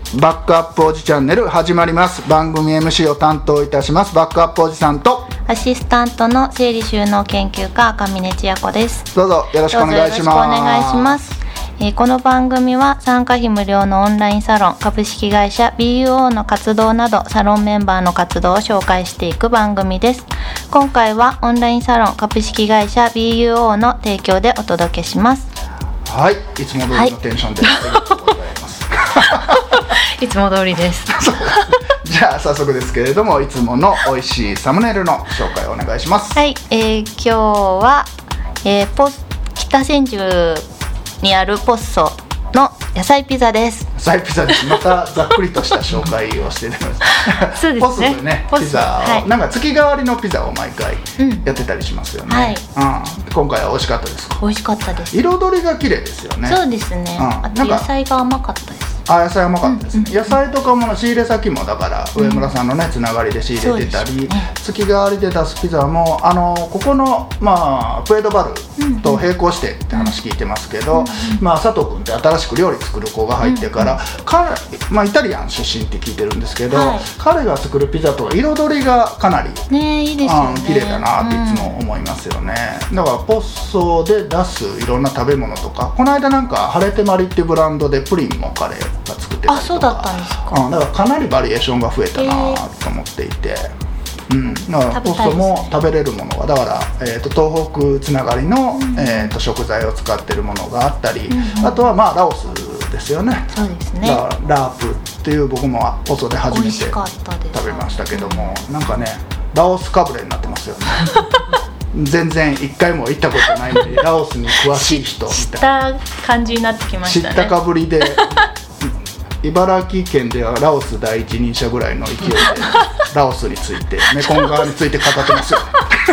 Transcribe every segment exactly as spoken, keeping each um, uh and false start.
バックアップおじチャンネル始まります。番組 エムシー を担当いたしますバックアップおじさんとアシスタントの整理収納研究家赤嶺千也子です。 どうぞよろしくお願いします。 どうぞよろしくお願いします。えー、この番組は参加費無料のオンラインサロン株式会社 ビーユーオー の活動などサロンメンバーの活動を紹介していく番組です。今回はオンラインサロン株式会社 ビーユーオー の提供でお届けします。 はい、いつも通りのテンションで、はい、ありがとうございますいつも通りですじゃあ早速ですけれども、いつもの美味しいサムネイルの紹介をお願いします。 はい、えー、今日は、えー、ポス北千住にあるポッソの野菜ピザです。 野菜ピザです。またざっくりとした紹介をしてるんですそうですね。 ポスでね、ピザを、はい、なんか月替わりのピザを毎回やってたりしますよね、 はい、 うん、今回は美味しかったですか？ 美味しかったです。 彩りが綺麗ですよね。 そうですね、うん、あと野菜が甘かったです。 あ、野菜甘かったですね、うんうん、野菜とかも仕入れ先もだから上村さんのね、 うん、 つながりで仕入れてたり、 ね、 月替わりで出すピザもあのここの、まあ、プエドバルと並行してって話聞いてますけど、うんうん、まあ、佐藤君って新しく料理作る子が入ってから、うんうん、彼、まあ、イタリアン出身って聞いてるんですけど、はい、彼が作るピザとは彩りがかなり、 ね、いいですよね、 綺麗だなっていつも思いますよね、うん、だからポッソで出すいろんな食べ物とか、この間なんか晴れてまりっていうブランドでプリンも彼が作ってたりとか、 あ、そうだったんですか、 うん、だからかなりバリエーションが増えたなと思っていて、うん、だからポッソも食べれるものがだから、えー、と東北つながりの、うん、えー、と食材を使ってるものがあったり、うんうん、あとはまあラオスですよね。 そうですね。 だからラープっていう僕もポッソで初めて食べましたけども、 うん、 なんかねラオスかぶれになってますよね全然一回も行ったことないのにラオスに詳しい人みたいな知った感じになってきましたね。 知ったかぶりで茨城県ではラオス第一人者ぐらいの勢いでラオスについてメコン川について語ってますよ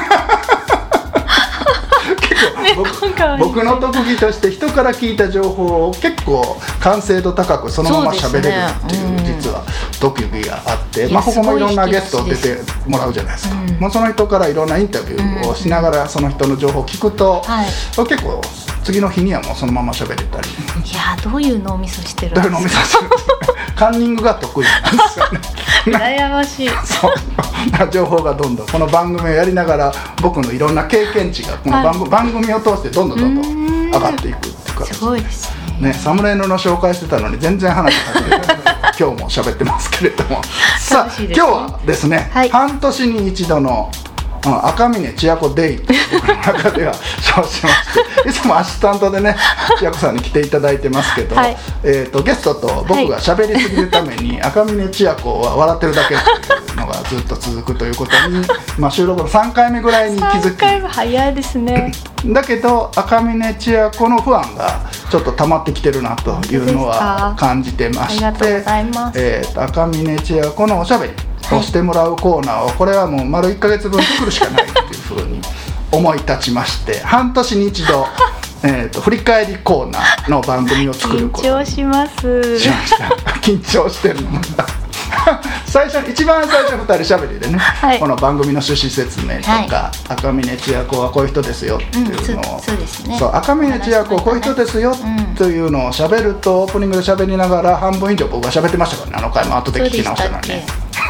結構 僕, 僕の特技として人から聞いた情報を結構完成度高くそのまま喋れるっていう、ね、うん、実は特技があって、まあ、ここもいろんなゲスト出てもらうじゃないですか、うん、もうその人からいろんなインタビューをしながらその人の情報を聞くと、はい、結構次の日にはもうそのまま喋れたり、 いやどういう脳みそしてるんですか？ どういう脳みそしてるんですか？カンニングが得意なんですよね羨ましいそう情報がどんどんこの番組をやりながら僕のいろんな経験値がこの番組、はい、番組を通してどんどんどんどん上がっていくっていう形すごいですね。 ね、サムネイルの紹介してたのに全然話始めて今日も喋ってますけれどもさあ、今日はですね、はい、半年に一度のうん、赤嶺千也子デイと僕の中では称しましていつもアシスタントでね千也子さんに来ていただいてますけど、はい、えー、とゲストと僕が喋りすぎるために、はい、赤嶺千也子は笑ってるだけっていうのがずっと続くということに、まあ、収録のさんかいめぐらいに気づきさんかいめ早いですねだけど赤嶺千也子の不安がちょっと溜まってきてるなというのは感じてまして、 ありがとうございます、 えー、と赤嶺千也子のおしゃべりをしてもらうコーナーをこれはもう丸いっかげつぶん作るしかないっていうふうに思い立ちまして半年に一度えと振り返りコーナーの番組を作ることにしました緊張してるの最初一番最初ふたりしゃべりでね、はい、この番組の趣旨説明とか、はい、赤嶺千也子はこういう人ですよっていうのを、うん、そ, そうですね、そう赤嶺千也子はこういう人ですよというのをしゃべるとオープニングでしゃべりながら半分以上僕がしゃべってましたからね、あの回も後で聞き直したのにね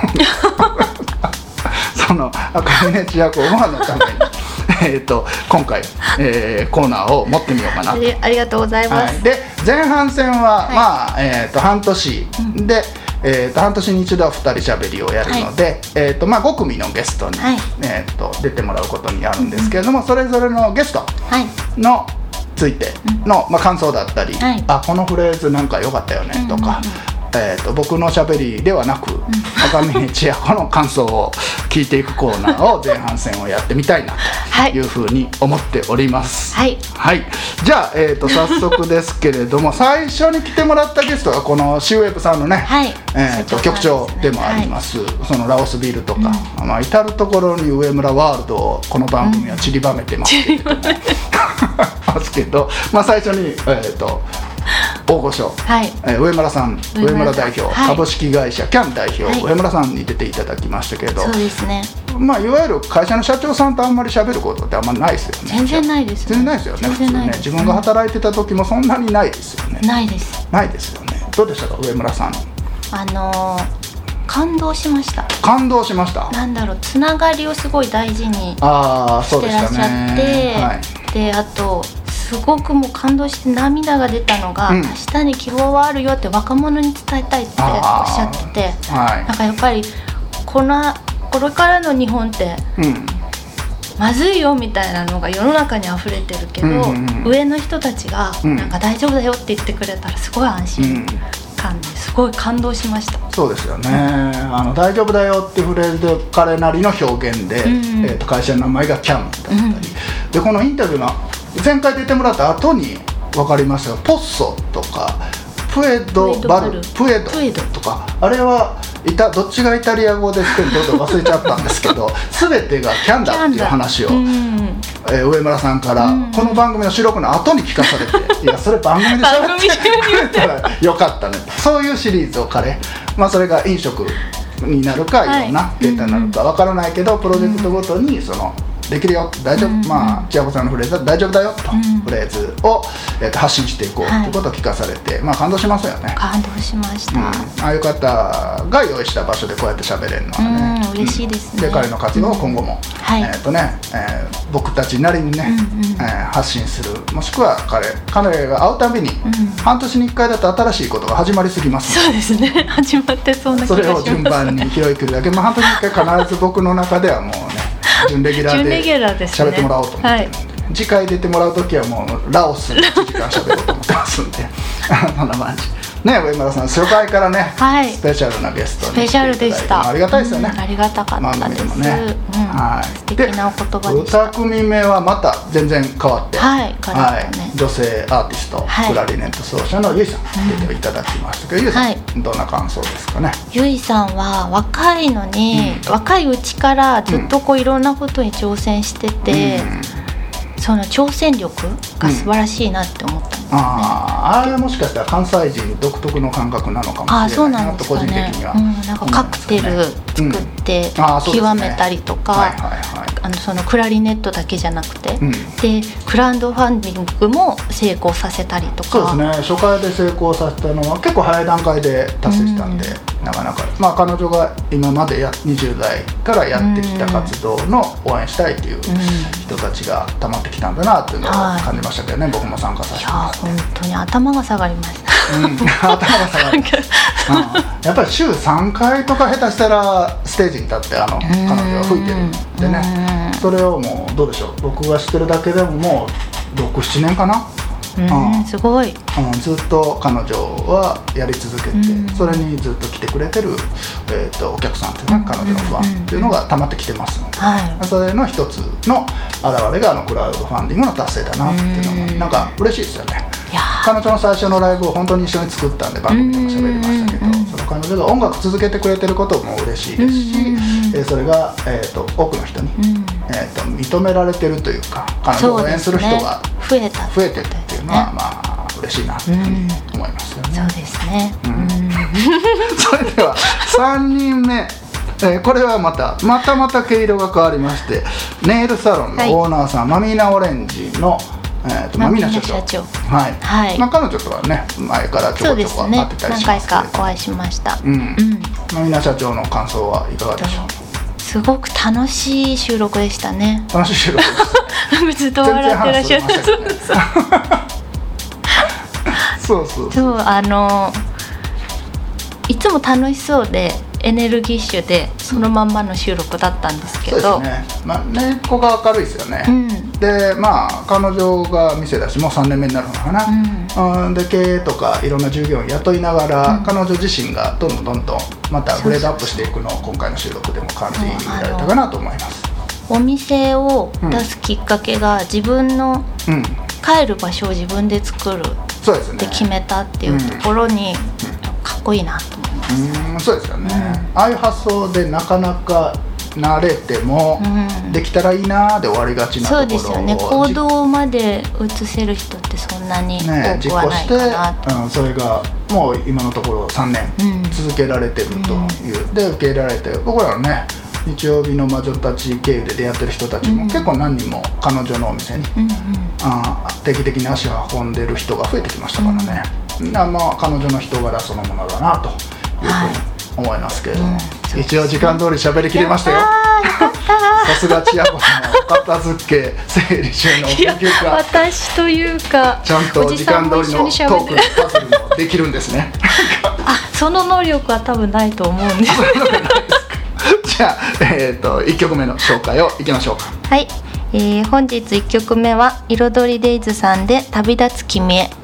その赤嶺千也子をご飯のためにえーと今回、えー、コーナーを持ってみようかなと。 ありがとうございます、 はい、で前半戦は、はい、まあえー、と半年で、うん、えー、と半年に一度ふたりしゃべりをやるので、はい、えーとまあ、ご組のゲストに、はい、えー、と出てもらうことになるんですけれども、うん、それぞれのゲストのついての、まあ、感想だったり、はい、あこのフレーズなんか良かったよねとか、うんうんうん、えー、と僕のしゃべりではなく、うん、赤嶺千也子の感想を聞いていくコーナーを前半戦をやってみたいなというふうに思っております。はい、はい、じゃあ、えー、と早速ですけれども最初に来てもらったゲストがこのシーウェブさんのね、はい、えー、と局長でもあります、はい、そのラオスビールとか、うん、まあ、至る所に上村ワールドをこの番組は散りばめてますけれども、うん、ますけど、まあ、最初に、えー、と大御所、はい、えー、上村さん、上村代表、はい、株式会社キャン代表、はい、上村さんに出ていただきましたけど、 そうですね、 まあ、いわゆる会社の社長さんとあんまり喋ることってあんまりないですよね。 全然ないですよね。 全然ないですよね。普通ね、自分が働いてた時もそんなにないですよね。 ないです。 ないですよね。どうでしたか、上村さん。 あの感動しました。 感動しました。 なんだろう、つながりをすごい大事にしてあーそうでしたらっしゃって、 ね、はい、 であとすごくもう感動して涙が出たのが、 うん、 明日に希望はあるよって若者に伝えたいっておっしゃってて、 はい、 なんかやっぱりこのこれからの日本って、うん、まずいよみたいなのが世の中に溢れてるけど、うんうんうん、上の人たちがなんか大丈夫だよって言ってくれたらすごい安心感ですごい感動しました。 そうですよね、うん、あの大丈夫だよってフレーズで彼なりの表現で、うん、えー、と会社の名前がキャンだったり、うん、でこのインタビューの前回出てもらった後に分かりましたが、ポッソとかプエドバル、プエドとか、あれはイタどっちがイタリア語ですけど忘れちゃったんですけど全てがキャンだっていう話を、うん、えー、上村さんから、うん、この番組の収録の後に聞かされていやそれ番組で喋ってくれたらよかったねそういうシリーズを彼、まあ、それが飲食になるか、はい、いろんなデータになるか分からないけど、うん、プロジェクトごとにそのできるよ大丈夫、うん、まあ千代子さんのフレーズは大丈夫だよと、うん、フレーズを、えー、と発信していこうということを聞かされて、はい、まあ感動しますよね。 感動しました、うん、 ああいう方が用意した場所でこうやって喋れるのはね、 うん、嬉しいですね、 で彼の活動を今後も、うん、えーとねえー、僕たちなりにね、うんうん、えー、発信する、もしくは彼彼が会うたびに、うん、半年にいっかいだと新しいことが始まりすぎますので、そうですね、始まってそうな気がします。 それを順番に拾いくるだけ、まあ、半年にいっかい必ず僕の中ではもうね準レギュラーで喋ってもらおうと思ってるんで、はい、次回出てもらうときはもうラオスにいちじかん喋ろうと思ってますんでそんな感じね。上村さん初回からね、はい、スペシャルなゲストに来ていただいて、スペシャルでした、ありがたいですよね、 うん、ありがたかったです、ね、うん、はい、素敵なお言葉でした。 に組目はまた全然変わって、 はい、変わったね、はい、 女性アーティスト、はい、クラリネット奏者のゆいさん出ていただきましたけど、うん、ゆいさん、はい、どんな感想ですかね。 ゆいさんは若いのに、うん、若いうちからずっとこういろんなことに挑戦してて、うん、その挑戦力が素晴らしいなって思ったんですね、うん、 あ, あれはもしかしたら関西人独特の感覚なのかもしれないなと個人的には、 うん、なんかカクテル作って極めたりとか、あのそのクラリネットだけじゃなくて、うん、でクラウドファンディングも成功させたりとか。 そうですね、初回で成功させたのは結構早い段階で達成したんで、うん、なかなか、まあ、彼女が今までやにじゅう代からやってきた活動の応援したいという人たちが溜まってきたんだなというのを感じましたけどね、はい、僕も参加させてもらって。 いや本当に頭が下がりました、 うん、頭が下がりましたうん、やっぱり週さんかいとか下手したらステージに立ってあの彼女は吹いてるんでね、それをもうどうでしょう、僕が知ってるだけでももうろく、ななねんかな、 うんうん、すごい、 うん、ずっと彼女はやり続けて、うん、それにずっと来てくれてる、えー、とお客さんっていうね、うん、彼女のファンっていうのが溜まってきてますので、うん、それの一つの表れがあのクラウドファンディングの達成だなっていうのがなんか嬉しいですよね。彼女の最初のライブを本当に一緒に作ったんで番組でも喋りましたけど、その彼女が音楽続けてくれてることも嬉しいですし、えー、それが、えー、と多くの人に、えー、と認められてるというか、彼女を応援する人が増えた増えてるっていうのは、まあ嬉しいなと思いますよね。 そうですね、うん、 それではさんにんめ、えー、これはまたまたまた毛色が変わりまして、ネイルサロンのオーナーさん、はい、マミナオレンジのえー、とマミナ社長、はい、はい、まあ、彼女とはね前からちょこちょこ会ってたりしますけど、 ね、何回かお会いしました、 うんうん、マミナ社長の感想はいかがでしょう。 すごく楽しい収録でしたね。 楽しい収録ですずっと笑ってらっしゃるそうそうそう、あのいつも楽しそうでエネルギッシュでそのまんまの収録だったんですけど、 そうですね、まあ、根っこが明るいですよね、うん、でまあ彼女が店だしもうさんねんめになるのかな、うんうん、で経営とかいろんな従業員雇いながら、うん、彼女自身がどんどんどんどんまたグレードアップしていくのを今回の収録でも感じられたかなと思います。 お店を出すきっかけが自分の帰る場所を自分で作るって決めたっていうところにかっこいいなと思います。 うん、そうですよね、うん、ああいう発想でなかなか慣れても、うん、できたらいいなで終わりがちなところを、 そうですよね、行動まで移せる人ってそんなに多くはないかなと、 ね、うん、それがもう今のところさんねん続けられてるという、うん、で受け入れられて、僕らのね日曜日の魔女たち経由で出会ってる人たちも、うん、結構何人も彼女のお店に、うんうん、あ定期的に足を運んでる人が増えてきましたからね、うん、まあ彼女の人柄そのものだなというふうに思いますけれども、 うん、 一応時間通り喋りきれましたよ。さすが千夜子さんは片付け整理収納研究家。 私というかちゃんと時間通りのトークパズルもできるんですね。 あ、その能力は多分ないと思うんです。 じゃあ、えー、といっきょくめの紹介をいきましょうか。 はい、えー、本日いっきょくめは彩りデイズさんで旅立つ君へ。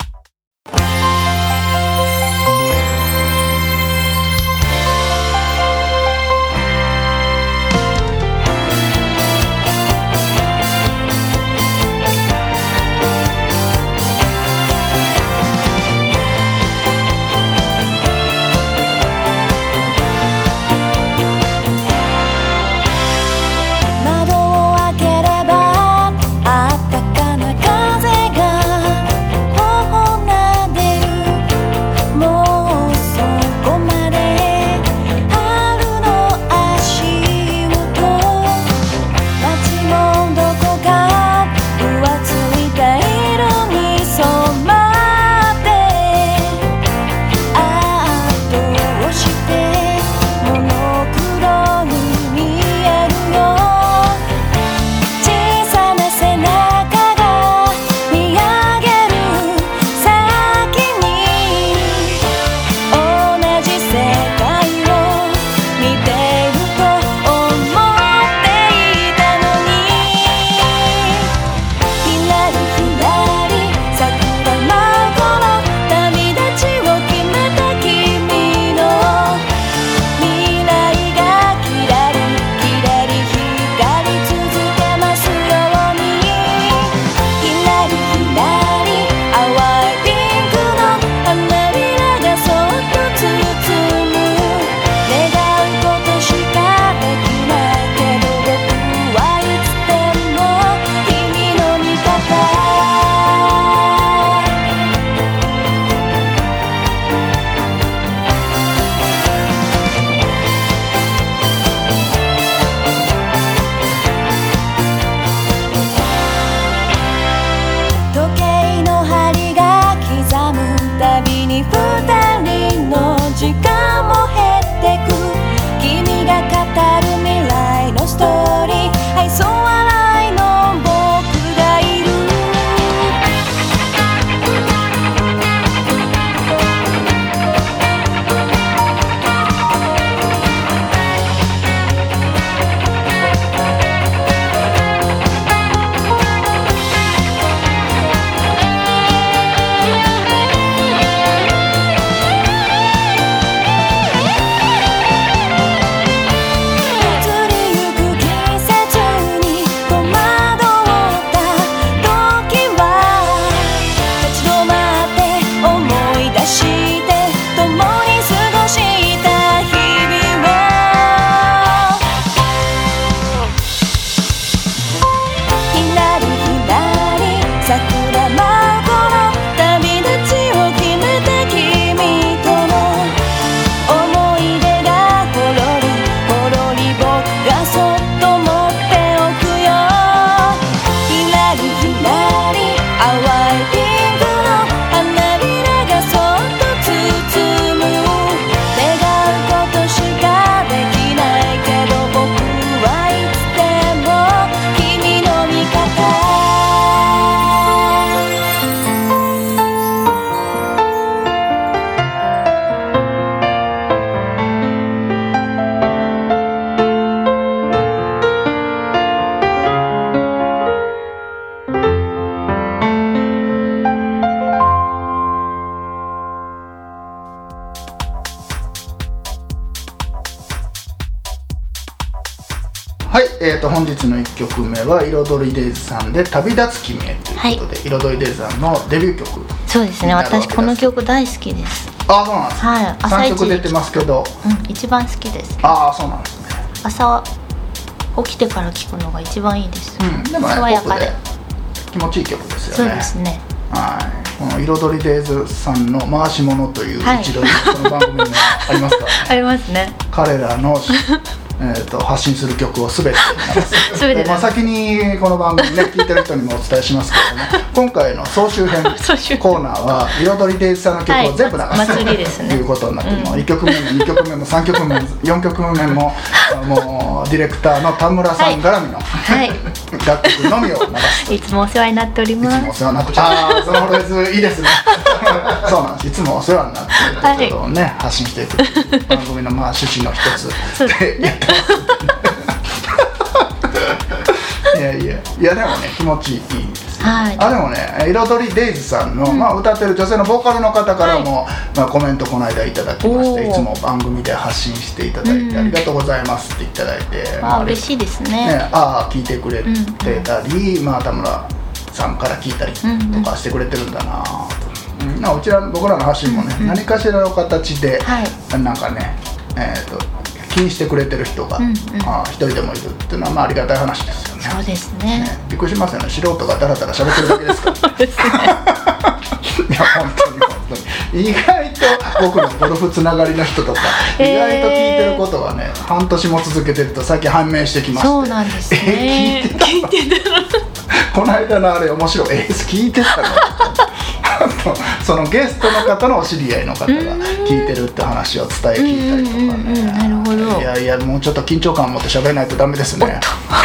はい、えー、と本日のいっきょくめは彩りデイズさんで旅立つ君へということで、はい、彩りデイズさんのデビュー曲。 そうですね、私この曲大好きです。 ああ、そうなんです、 はい、朝さんきょく出てますけど、 うん、一番好きです。 ああ、そうなんですね。 朝起きてから聴くのが一番いいです、 うん、でもね、 爽やかで気持ちいい曲ですよね。 そうですね。 はい、この彩りデイズさんの回し物という一度この番組にはありますからね。 ありますね。 彼らのえー、と発信する曲をすべて全てまあ先にこの番組ね聞いてる人にもお伝えしますけどね今回の総集編コーナーは彩りデイズさんの曲を全部流す、はい、 祭りですねということになって、うん、もういっきょくめもにきょくめもさんきょくめもよんきょくめももうディレクターの田村さん絡みの、はい、楽曲のみを流すいつもお世話になっております。 いつもお世話になってああそのフレーズいいですねそうなんですいつもお世話になっているということをね、はい、発信していく番組のまあ趣旨の一つでやってますいやいやいやでもね気持ちいいですよ、はい、あでもね彩りデイズさんの、うんまあ、歌ってる女性のボーカルの方からも、はいまあ、コメントこの間いただきましていつも番組で発信していただいて、うん、ありがとうございますっていただいて、 まあ、嬉しいですね、ねああ聞いてくれてたり、うんまあ、田村さんから聞いたりとかしてくれてるんだなと、うんうん、うちら僕らの発信もね、うんうん、何かしらの形で、はい、なんかねえーと気にしてくれてる人が、うんうん、あ一人でもいるっていうのはまあありがたい話ですよね。 そうですね。ねびっくりしますよね素人がダラダラ喋ってるだけですから、ね、そうですねいや本当に本当に意外と僕のゴルフつながりの人とか、えー、意外と聞いてることはね半年も続けてると最近判明してきましてそうなんですね、 えー、聞いてたこの間のあれ面白いえー、聞いてたのそのゲストの方のお知り合いの方が聞いてるって話を伝え聞いたりとかね、 うんうんうん、なるほど。 いやいやもうちょっと緊張感を持って喋らないとダメですね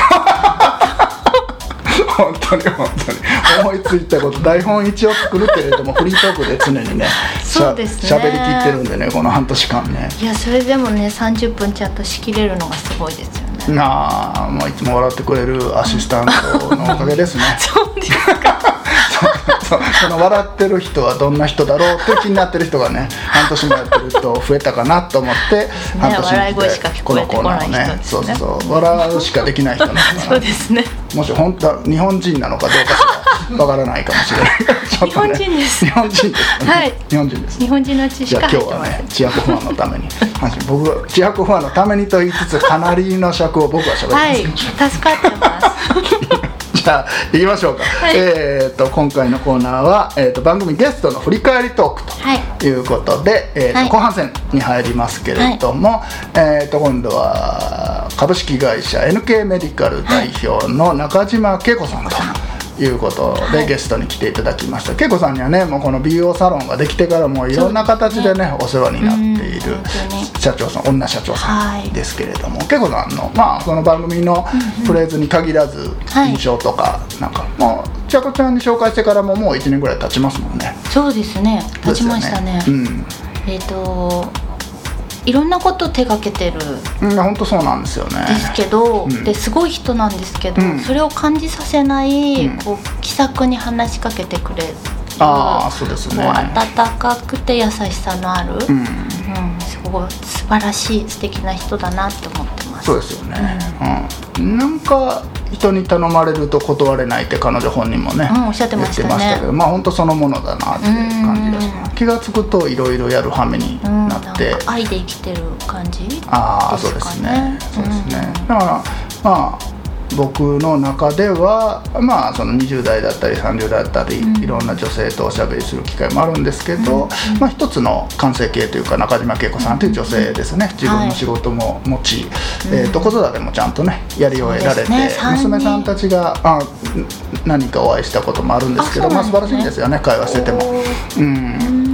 本当に本当に思いついたこと台本一応作るけれどもフリートークで常にねそうですね喋りきってるんでねこの半年間ねいやそれでもねさんじゅっぷんちゃんと仕切れるのがすごいですよねなあもういつも笑ってくれるアシスタントのおかげですねそうですかそ, その笑ってる人はどんな人だろうって気になってる人がね半年もやってる人増えたかなと思って、ね、半年笑い声しか聞こえてこない人ですねそうそう笑うしかできない人なのかなそうですねもし本当は日本人なのかどうかしらわからないかもしれないちょっと、ね、 日本人です日本人です、ね、 はい日本人です日本人の知識が入ってますじゃあ今日はね知約不安のために僕知約不安のためにと言いつつかなりの尺を僕は喋ってますはい助かってますじゃあ行きましょうか、はい、えー、と今回のコーナーは、えー、と番組ゲストの振り返りトークということで、はいえーとはい、後半戦に入りますけれども、はいえー、と今度は株式会社 エヌケー メディカル代表の中島恵子さんということで、はい、ゲストに来ていただきました。恵子さんにはねもうこの美容サロンができてからもういろんな形でね、ねお世話になっている社長さん、女社長さんですけれども、恵子さんのまあその番組のフレーズに限らず印象とか、うんうん、なんかもうちゃこちゃんに紹介してからももういちねんぐらい経ちますもんね。 そうですね経ちましたね、うん、えっ、ー、といろんなこと手がけてるうん本当そうなんですよねですけど、うん、ですごい人なんですけど、うん、それを感じさせない、うん、こう気さくに話しかけてくれるあそうですね、 もう温かくて優しさのある、うんうん、すごい素晴らしい素敵な人だなって思ってます。 そうですよね、うんうん、なんか人に頼まれると断れないって彼女本人もね、 うん、おっしゃってましたね。 言ってましたけど、まあ本当そのものだなって感じがします。気がつくといろいろやる羽目になって、 うん、愛で生きてる感じですかね。 ああそうですねそうですね、うん、だからまあ僕の中では、まあ、そのにじゅう代だったりさんじゅう代だったり、うん、いろんな女性とおしゃべりする機会もあるんですけど、うんまあ、一つの完成形というか中島恵子さんという女性ですね、うん、自分の仕事も持ち、はいえー、と子育てもちゃんとねやり終えられて、ね、娘さんたちがあ何かお会いしたこともあるんですけど、まあ、素晴らしいんですよね会話してても、うん、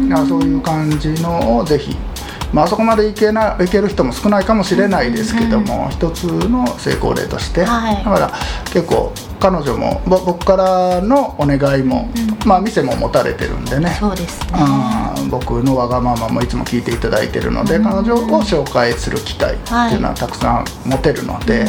だからそういう感じのをぜひまあ、あそこまでいけな、いける人も少ないかもしれないですけども、うん、一つの成功例として、はい、だから結構彼女も僕からのお願いも、うんまあ、店も持たれてるんでね、 そうですね、 あ僕のわがままもいつも聞いていただいてるので、うん、彼女を紹介する機会っていうのはたくさん持てるので、はい、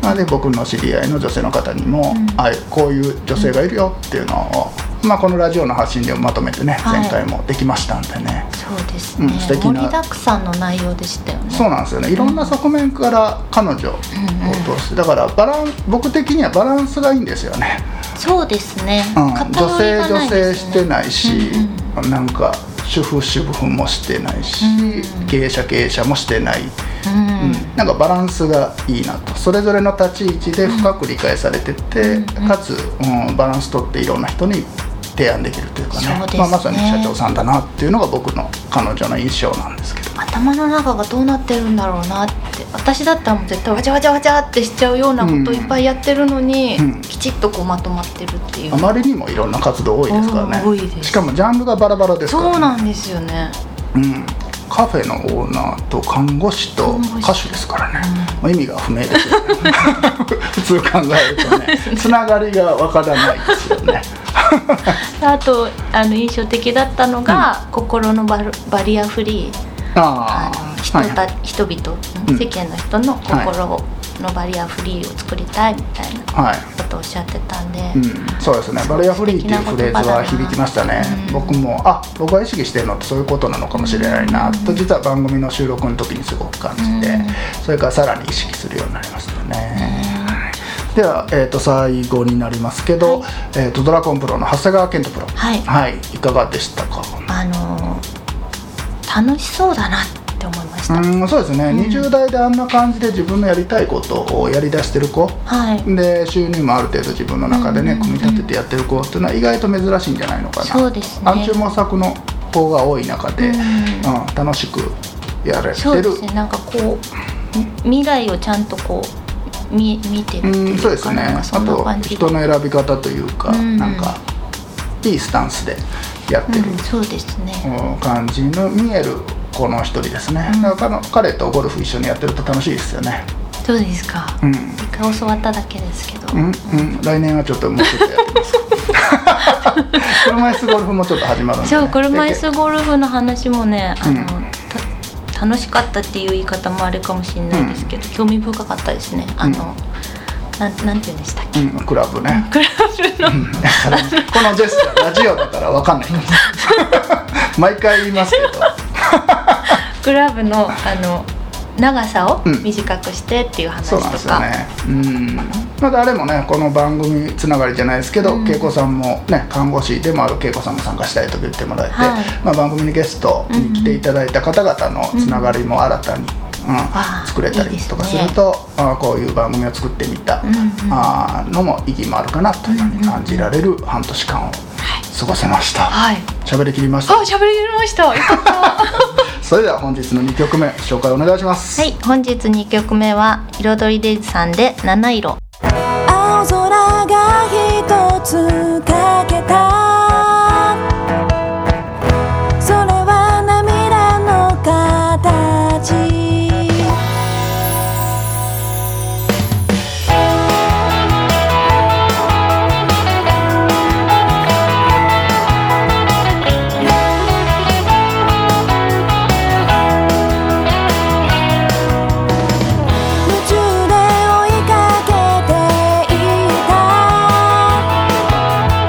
なので僕の知り合いの女性の方にも、うん、あこういう女性がいるよっていうのをまあ、このラジオの発信でもまとめてね、はい、前回もできましたんでね。 そうですね、うん、素敵な盛りだくさんの内容でしたよね。 そうなんですよね、いろんな側面から彼女を通して、うん、だからバラン僕的にはバランスがいいんですよね。 そうですね、 うん、女性女性してないし、うんうん、なんか主婦主婦もしてないし、うん、経営者経営者もしてない、うんうん、なんかバランスがいいなと、それぞれの立ち位置で深く理解されてて、うん、かつ、うん、バランス取っていろんな人に提案できるというか ね, ね、まあ、まさに社長さんだなっていうのが僕の彼女の印象なんですけど、 頭の中がどうなってるんだろうなって私だったらもう絶対わちゃわちゃわちゃってしちゃうようなことをいっぱいやってるのに、うん、きちっとこうまとまってるっていう。 あまりにもいろんな活動多いですからね。 多いです。 しかもジャンルがバラバラですからね。 そうなんですよね。 うん、カフェのオーナーと看護師と歌手ですからね、うん、意味が不明ですよね普通考えるとねつながりがわからないですよねあとあの印象的だったのが、うん、心のバ, バリアフリー、ああの 人, た、はい、人々、うん、世間の人の心のバリアフリーを作りたいみたいなことをおっしゃってたんで、はいうん、 そうですね、バリアフリーっていうフレーズは響きましたね、うん、僕もあ僕が意識してるのってそういうことなのかもしれないな、うん、と実は番組の収録の時にすごく感じて、うん、それからさらに意識するようになりましたね、うん、では、えー、と最後になりますけど、はい、えー、とドラコンプロの長谷川健人プロ、はいはい、いかがでしたか？ あのー、楽しそうだなって思いました。 うん、そうですね、うん、にじゅう代であんな感じで自分のやりたいことをやりだしてる子、はい、で収入もある程度自分の中でね、うんうんうん、組み立ててやってる子っていうのは意外と珍しいんじゃないのかな。 そうですね、 暗中模索の子が多い中で、うんうん、楽しくやれてる。 そうですね、なんかこう未来をちゃんとこう 見, 見てるっていうか、うん、そうですね、 あと人の選び方というか、うん、なんかいいスタンスでやってる、うん、 そうですね、 感じの見えるこの一人ですね、うん、だから彼とゴルフ一緒にやってると楽しいですよね。 そうですか、うん、一回教わっただけですけど、 うんうん、来年はちょっともうちょっとやってます車椅子ゴルフもちょっと始まるんで、ね、 そう車椅子ゴルフの話もね、あの、うん、楽しかったっていう言い方もあれかもしれないですけど、うん、興味深かったですね。あの、うん、な, なんて言うんでしたっけ、うん、 クラブね、 クラブの、うん、このジェスチャーラジオだから分かんない毎回言いますけどクラブのあの長さを短くしてっていう話とか、うん、そうなんですよね、 うん、まあ、誰もねこの番組つながりじゃないですけど、うん、恵子さんもね看護師でもある恵子さんも参加したいと言ってもらえて、はい、まあ、番組にゲストに来ていただいた方々のつながりも新たに、うんうん、作れたりとかすると、いい、ね、あこういう番組を作ってみた、うんうん、あのも意義もあるかなというふうに感じられる半年間を過ごせました。はい、喋りきりました。 あ、喋りきりました。よかったそれでは本日のにきょくめ紹介お願いします。 はい、本日にきょくめは彩りデイズさんで七色。青空が一つかけた、それは涙の形。「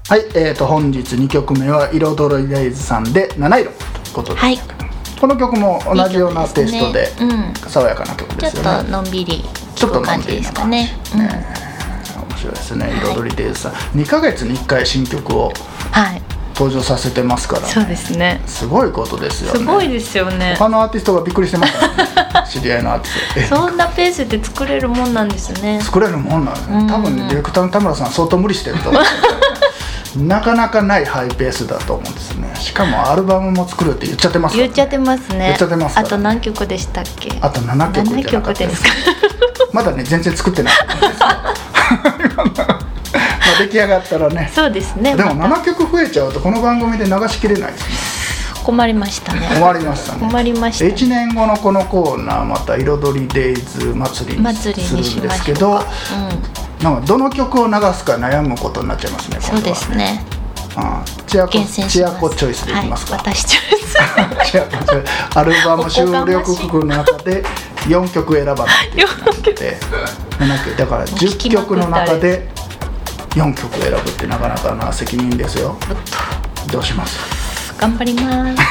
はい、えー、と本日にきょくめは彩りデイズさんで七色ということで、はい、この曲も同じようなテイストで爽やかな曲ですよね。 ちょっとのんびり聴く感じですかね。 ちょっとのんびりな感じ、ね、うん、面白いですね。彩りデイズさん、はい、にかげつにいっかい新曲を登場させてますから、ね、 そうですね、 すごいことですよね。 すごいですよね。 他のアーティストがびっくりしてますからね知り合いのアーティストそんなペースで作れるもんなんですね。 作れるもんなんですね。多分ね、ディレクターの田村さん相当無理してると思うなかなかないハイペースだと思うんですね。しかもアルバムも作るって言っちゃってますから、ね、 言っちゃってますね。 言っちゃってますから、 あと何曲でしたっけ。 あとななきょくじゃなかったですかまだね全然作ってないんですよまあ出来上がったらね。 そうですね。 でもななきょく増えちゃうとこの番組で流しきれないですね。 困りましたね。 困りましたね。 困りましたね。 いちねんごのこのコーナーまた彩りデイズ祭りにするんですけど、うん、なんかどの曲を流すか悩むことになっちゃいますね。 そうですね。 うん、チアコチアコチョイスでいきますか。 はい、私チョイスチアコチョイスアルバム収録曲の中でよんきょく選ばないといけなくてだからじゅっきょくの中でよんきょく選ぶってなかなかな責任ですよ。どうします。 頑張ります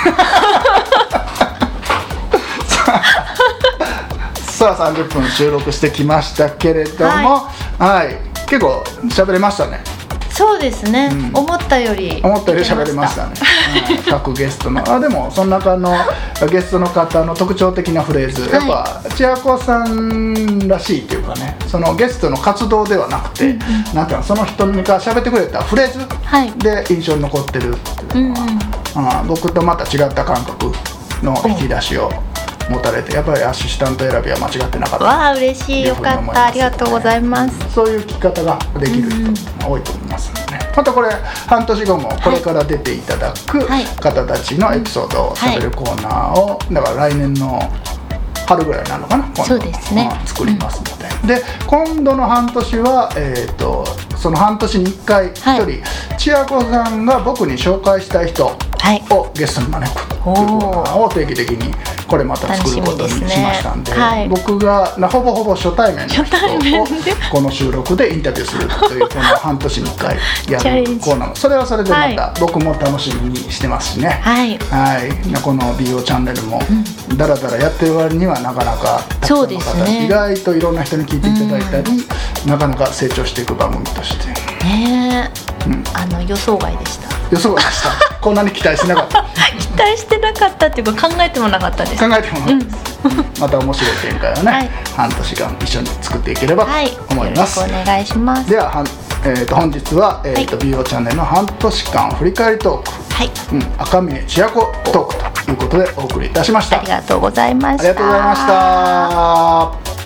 さあさんじゅっぷん収録してきましたけれども、はい、はい、結構喋れましたね。 そうですね、うん、思ったより思ったより喋れましたね各ゲストのあでもその中のゲストの方の特徴的なフレーズ、はい、やっぱ千秋子さんらしいというかね、そのゲストの活動ではなくて、うんうん、なんていうのその人が喋ってくれたフレーズで印象に残ってるっていうのは、はい、うん、僕とまた違った感覚の引き出しを持たれて、やっぱりアシスタント選びは間違ってなかった。 わあ嬉しい、よかった、ありがとうございます。 そういう聞き方ができる人が多いと思いますので、ね、またこれ半年後もこれから出ていただく方たちのエピソードをしゃべるコーナーを、だから来年の春ぐらいなのかな、今度そうですね、 作りますので、うん、で今度の半年は、えー、とその半年にいっかいひとり、千秋子さんが僕に紹介したい人をゲストに招くというコーナーを定期的にこれまた作ることにしましたんで、 ね、はい、 僕がほぼほぼ初対面の人をこの収録でインタビューするというこの半年にいっかいやるコーナー、それはそれでまた僕も楽しみにしてますしね、はい、はい、この ビーオー チャンネルもだらだらやってる割にはなかなかたくさんの方、ね、意外といろんな人に聞いていただいたり、うん、なかなか成長していく番組としてね、 うん、あの予想外でした。 予想外でしたこんなに期待してなかった期待してなかったっていうか考えてもなかったです。 考えてもなかったです、うん、また面白い展開をね、はい、半年間一緒に作っていければと思います、 はい、よろしくお願いします。 では、えー、と本日は、えーとはい、ビーオー チャンネルの半年間振り返りトーク、はい、うん、赤嶺千秋子トークということでお送りいたしました。 ありがとうございました。 ありがとうございました。